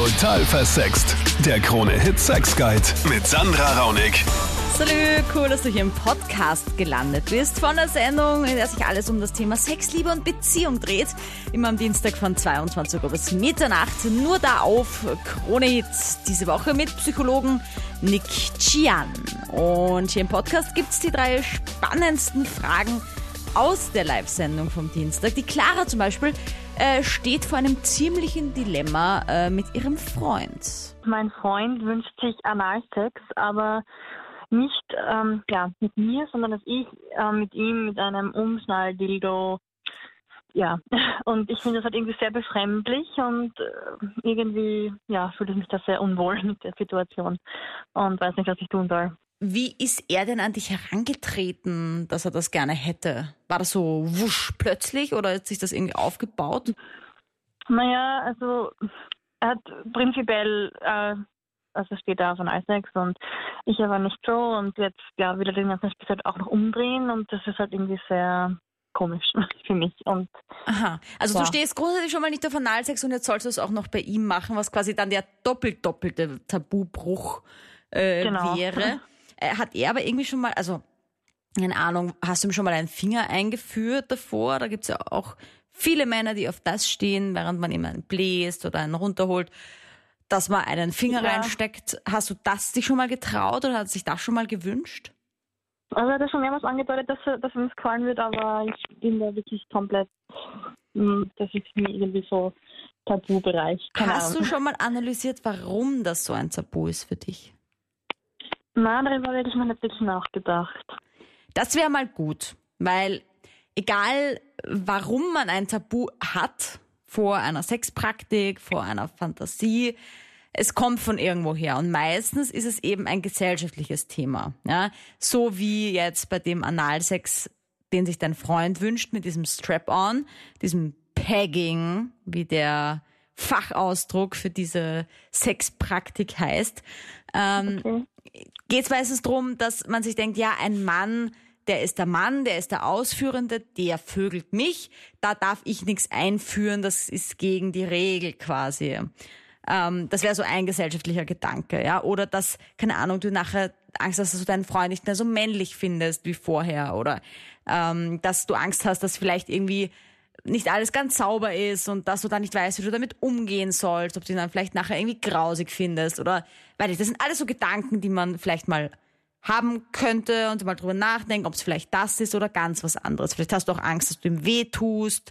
Total versext. Der Krone-Hit Sex Guide mit Sandra Raunig. Salü, cool, dass du hier im Podcast gelandet bist. Von der Sendung, in der sich alles um das Thema Sex, Liebe und Beziehung dreht. Immer am Dienstag von 22 Uhr bis Mitternacht. Nur da auf Krone-Hit. Diese Woche mit Psychologen Nick Gian. Und hier im Podcast gibt's die 3 spannendsten Fragen aus der Live-Sendung vom Dienstag. Die Clara zum Beispiel steht vor einem ziemlichen Dilemma mit ihrem Freund. Mein Freund wünscht sich Analsex, aber nicht mit mir, sondern dass ich mit ihm mit einem Umschnalldildo, und ich finde das halt irgendwie sehr befremdlich und irgendwie fühle ich mich da sehr unwohl mit der Situation und weiß nicht, was ich tun soll. Wie ist er denn an dich herangetreten, dass er das gerne hätte? War das so wusch plötzlich oder hat sich das irgendwie aufgebaut? Naja, also er hat prinzipiell, steht da auf Analsex und ich aber nicht so und jetzt will er den ganzen Spieß halt auch noch umdrehen und das ist halt irgendwie sehr komisch für mich. Und aha, also du stehst grundsätzlich schon mal nicht auf Analsex und jetzt sollst du es auch noch bei ihm machen, was quasi dann der doppelte Tabubruch wäre. Hat er aber irgendwie schon mal, also keine Ahnung, hast du ihm schon mal einen Finger eingeführt davor? Da gibt es ja auch viele Männer, die auf das stehen, während man ihm einen bläst oder einen runterholt, dass man einen Finger reinsteckt. Hast du das dich schon mal getraut oder hat sich das schon mal gewünscht? Also er hat schon mehrmals angedeutet, dass ihm das gefallen wird, aber ich bin da wirklich komplett, das ist mir irgendwie so Tabubereich. Hast du schon mal analysiert, warum das so ein Tabu ist für dich? Nein, darüber hätte ich mir nicht wirklich nachgedacht. Das wäre mal gut, weil egal warum man ein Tabu hat vor einer Sexpraktik, vor einer Fantasie, es kommt von irgendwo her und meistens ist es eben ein gesellschaftliches Thema. Ja? So wie jetzt bei dem Analsex, den sich dein Freund wünscht mit diesem Strap-on, diesem Pegging, wie der Fachausdruck für diese Sexpraktik heißt. Geht es meistens darum, dass man sich denkt, ein Mann, der ist der Ausführende, der vögelt mich, da darf ich nichts einführen, das ist gegen die Regel quasi. Das wäre so ein gesellschaftlicher Gedanke, ja. Oder dass, keine Ahnung, du nachher Angst hast, dass du deinen Freund nicht mehr so männlich findest wie vorher. Oder dass du Angst hast, dass vielleicht irgendwie nicht alles ganz sauber ist und dass du dann nicht weißt, wie du damit umgehen sollst, ob du ihn dann vielleicht nachher irgendwie grausig findest oder, weiß ich, das sind alles so Gedanken, die man vielleicht mal haben könnte und mal drüber nachdenken, ob es vielleicht das ist oder ganz was anderes. Vielleicht hast du auch Angst, dass du ihm weh tust,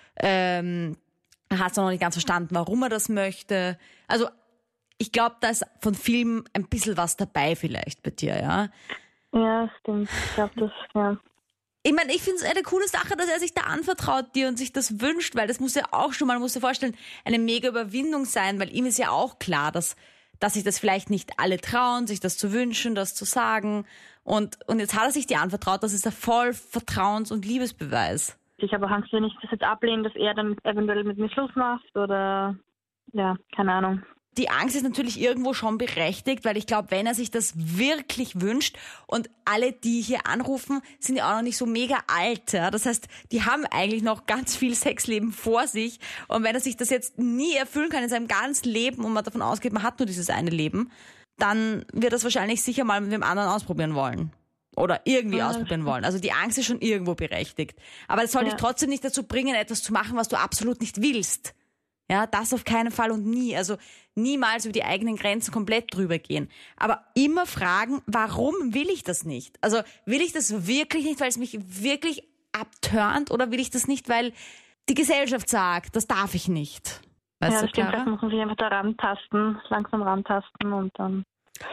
hast du noch nicht ganz verstanden, warum er das möchte. Also ich glaube, da ist von Filmen ein bisschen was dabei vielleicht bei dir, ja? Ja, stimmt. Ich glaube, das. Ich meine, ich finde es eine coole Sache, dass er sich da anvertraut dir und sich das wünscht, weil das muss ja auch schon mal, musst dir vorstellen, eine mega Überwindung sein, weil ihm ist ja auch klar, dass sich das vielleicht nicht alle trauen, sich das zu wünschen, das zu sagen. Und jetzt hat er sich dir anvertraut, das ist ein voll Vertrauens- und Liebesbeweis. Ich habe Angst, wenn ich das jetzt ablehne, dass er dann eventuell mit mir Schluss macht oder, keine Ahnung. Die Angst ist natürlich irgendwo schon berechtigt, weil ich glaube, wenn er sich das wirklich wünscht und alle, die hier anrufen, sind ja auch noch nicht so mega alt. Ja? Das heißt, die haben eigentlich noch ganz viel Sexleben vor sich. Und wenn er sich das jetzt nie erfüllen kann in seinem ganzen Leben und man davon ausgeht, man hat nur dieses eine Leben, dann wird er es wahrscheinlich sicher mal mit dem anderen ausprobieren wollen. Oder irgendwie ausprobieren wollen. Also die Angst ist schon irgendwo berechtigt. Aber es soll dich trotzdem nicht dazu bringen, etwas zu machen, was du absolut nicht willst. Ja, das auf keinen Fall und nie. Also niemals über die eigenen Grenzen komplett drüber gehen. Aber immer fragen, warum will ich das nicht? Also will ich das wirklich nicht, weil es mich wirklich abturnt oder will ich das nicht, weil die Gesellschaft sagt, das darf ich nicht? Weißt du, stimmt, Clara? das muss man sich einfach da langsam rantasten und dann...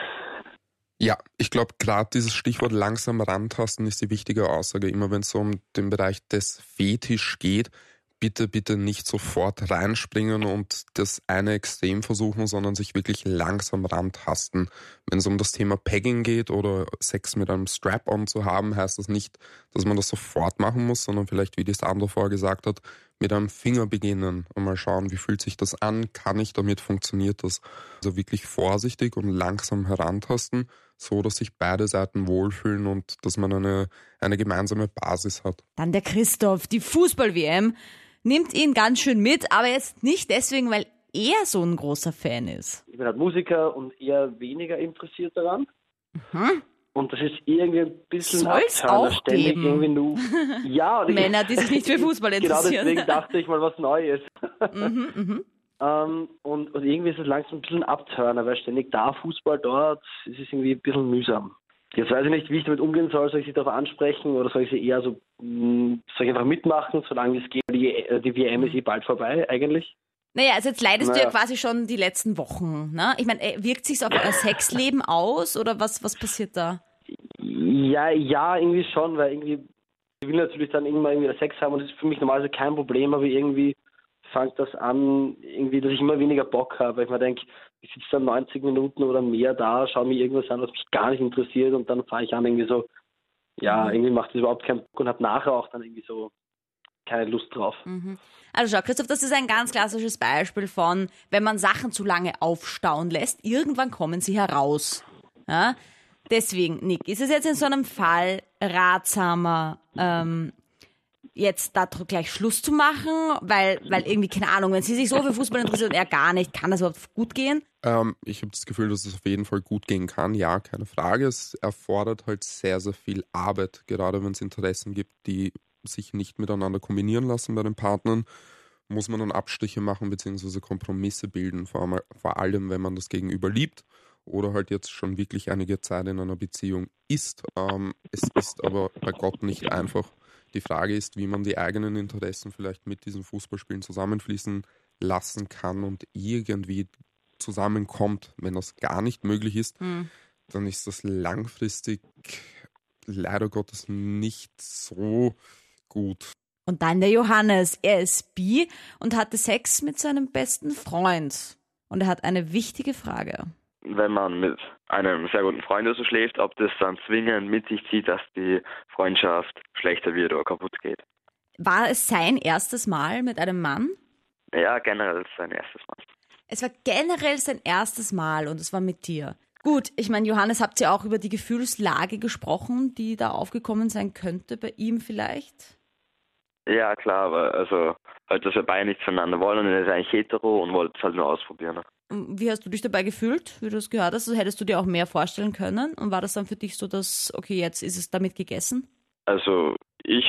Ja, ich glaube, gerade dieses Stichwort langsam rantasten ist die wichtige Aussage. Immer wenn es so um den Bereich des Fetisch geht, bitte nicht sofort reinspringen und das eine Extrem versuchen, sondern sich wirklich langsam rantasten. Wenn es um das Thema Pegging geht oder Sex mit einem Strap-on zu haben, heißt das nicht, dass man das sofort machen muss, sondern vielleicht, wie die Sandra vorher gesagt hat, mit einem Finger beginnen und mal schauen, wie fühlt sich das an, kann ich damit, funktioniert das. Also wirklich vorsichtig und langsam herantasten, so dass sich beide Seiten wohlfühlen und dass man eine gemeinsame Basis hat. Dann der Christoph, die Fußball-WM nimmt ihn ganz schön mit, aber jetzt nicht deswegen, weil er so ein großer Fan ist. Ich bin halt Musiker und eher weniger interessiert daran. Und das ist irgendwie ein bisschen Soll's auch ständig geben. irgendwie nur. Ja, und Männer, die sich nicht für Fußball interessieren. Genau deswegen dachte ich mal was Neues. Und irgendwie ist es langsam ein bisschen Abturner, weil ständig da Fußball, dort, es ist irgendwie ein bisschen mühsam. Jetzt weiß ich nicht, wie ich damit umgehen soll. Soll ich sie darauf ansprechen oder soll ich sie eher so, soll ich einfach mitmachen, solange es geht? Die WM ist bald vorbei eigentlich. Naja, also jetzt leidest du ja quasi schon die letzten Wochen, ne? Ich meine, wirkt sich's auf euer Sexleben aus oder was passiert da? Ja, irgendwie schon, weil irgendwie, ich will natürlich dann irgendwann irgendwie Sex haben und das ist für mich normalerweise kein Problem, aber irgendwie fängt das an, irgendwie, dass ich immer weniger Bock habe, weil ich mir denke, ich sitze dann 90 Minuten oder mehr da, schaue mir irgendwas an, was mich gar nicht interessiert und dann fange ich an irgendwie so, irgendwie macht das überhaupt keinen Bock und habe nachher auch dann irgendwie so keine Lust drauf. Also schau, Christoph, das ist ein ganz klassisches Beispiel von, wenn man Sachen zu lange aufstauen lässt, irgendwann kommen sie heraus. Ja? Deswegen, Nick, ist es jetzt in so einem Fall ratsamer, jetzt da gleich Schluss zu machen, weil irgendwie, keine Ahnung, wenn sie sich so für Fußball interessiert und er gar nicht, kann das überhaupt gut gehen? Ich habe das Gefühl, dass es auf jeden Fall gut gehen kann. Ja, keine Frage. Es erfordert halt sehr, sehr viel Arbeit, gerade wenn es Interessen gibt, die sich nicht miteinander kombinieren lassen bei den Partnern, muss man dann Abstriche machen bzw. Kompromisse bilden, vor allem, wenn man das Gegenüber liebt oder halt jetzt schon wirklich einige Zeit in einer Beziehung ist. Es ist aber bei Gott nicht einfach. Die Frage ist, wie man die eigenen Interessen vielleicht mit diesen Fußballspielen zusammenfließen lassen kann und irgendwie zusammenkommt. Wenn das gar nicht möglich ist, dann ist das langfristig leider Gottes nicht so gut. Und dann der Johannes, er ist bi und hatte Sex mit seinem besten Freund. Und er hat eine wichtige Frage. Wenn man mit einem sehr guten Freund so schläft, ob das dann zwingend mit sich zieht, dass die Freundschaft schlechter wird oder kaputt geht. War es sein erstes Mal mit einem Mann? Ja, generell sein erstes Mal. Es war generell sein erstes Mal und es war mit dir. Gut, ich meine, Johannes, habt ihr auch über die Gefühlslage gesprochen, die da aufgekommen sein könnte bei ihm vielleicht? Ja, klar, aber also halt, dass wir beide nichts voneinander wollen und er ist eigentlich hetero und wollte es halt nur ausprobieren. Wie hast du dich dabei gefühlt, wie du das gehört hast? Also hättest du dir auch mehr vorstellen können? Und war das dann für dich so, dass, okay, jetzt ist es damit gegessen? Also es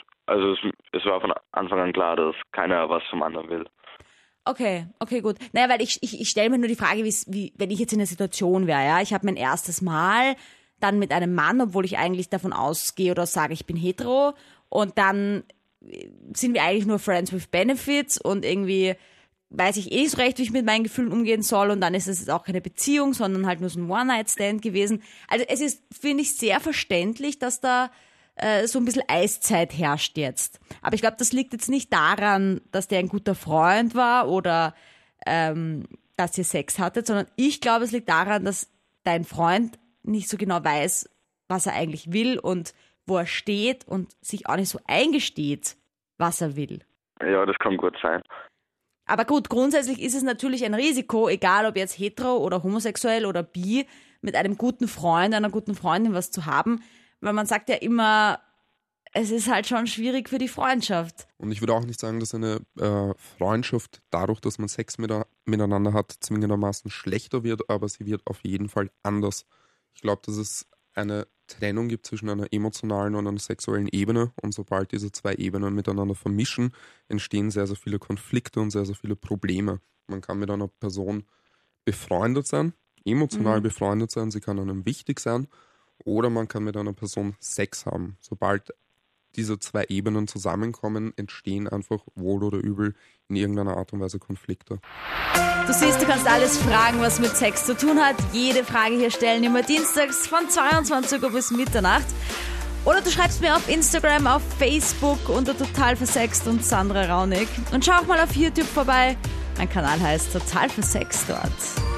war von Anfang an klar, dass keiner was vom anderen will. Okay, gut. Naja, weil ich stelle mir nur die Frage, wie wenn ich jetzt in der Situation wäre, ja, ich habe mein erstes Mal dann mit einem Mann, obwohl ich eigentlich davon ausgehe oder sage, ich bin hetero und dann sind wir eigentlich nur Friends with Benefits und irgendwie weiß ich eh nicht so recht, wie ich mit meinen Gefühlen umgehen soll und dann ist es jetzt auch keine Beziehung, sondern halt nur so ein One-Night-Stand gewesen. Also es ist, finde ich, sehr verständlich, dass da so ein bisschen Eiszeit herrscht jetzt. Aber ich glaube, das liegt jetzt nicht daran, dass der ein guter Freund war oder dass ihr Sex hattet, sondern ich glaube, es liegt daran, dass dein Freund nicht so genau weiß, was er eigentlich will und wo er steht und sich auch nicht so eingesteht, was er will. Ja, das kann gut sein. Aber gut, grundsätzlich ist es natürlich ein Risiko, egal ob jetzt hetero oder homosexuell oder bi, mit einem guten Freund, einer guten Freundin was zu haben, weil man sagt ja immer, es ist halt schon schwierig für die Freundschaft. Und ich würde auch nicht sagen, dass eine Freundschaft dadurch, dass man Sex miteinander hat, zwingendermaßen schlechter wird, aber sie wird auf jeden Fall anders. Ich glaube, dass es eine Trennung gibt zwischen einer emotionalen und einer sexuellen Ebene und sobald diese zwei Ebenen miteinander vermischen, entstehen sehr, sehr viele Konflikte und sehr, sehr viele Probleme. Man kann mit einer Person befreundet sein, emotional befreundet sein, sie kann einem wichtig sein oder man kann mit einer Person Sex haben. Sobald diese zwei Ebenen zusammenkommen, entstehen einfach wohl oder übel in irgendeiner Art und Weise Konflikte. Du siehst, du kannst alles fragen, was mit Sex zu tun hat. Jede Frage hier stellen, immer dienstags von 22 Uhr bis Mitternacht. Oder du schreibst mir auf Instagram, auf Facebook unter Total Versext und Sandra Raunig. Und schau auch mal auf YouTube vorbei. Mein Kanal heißt Total Versext dort.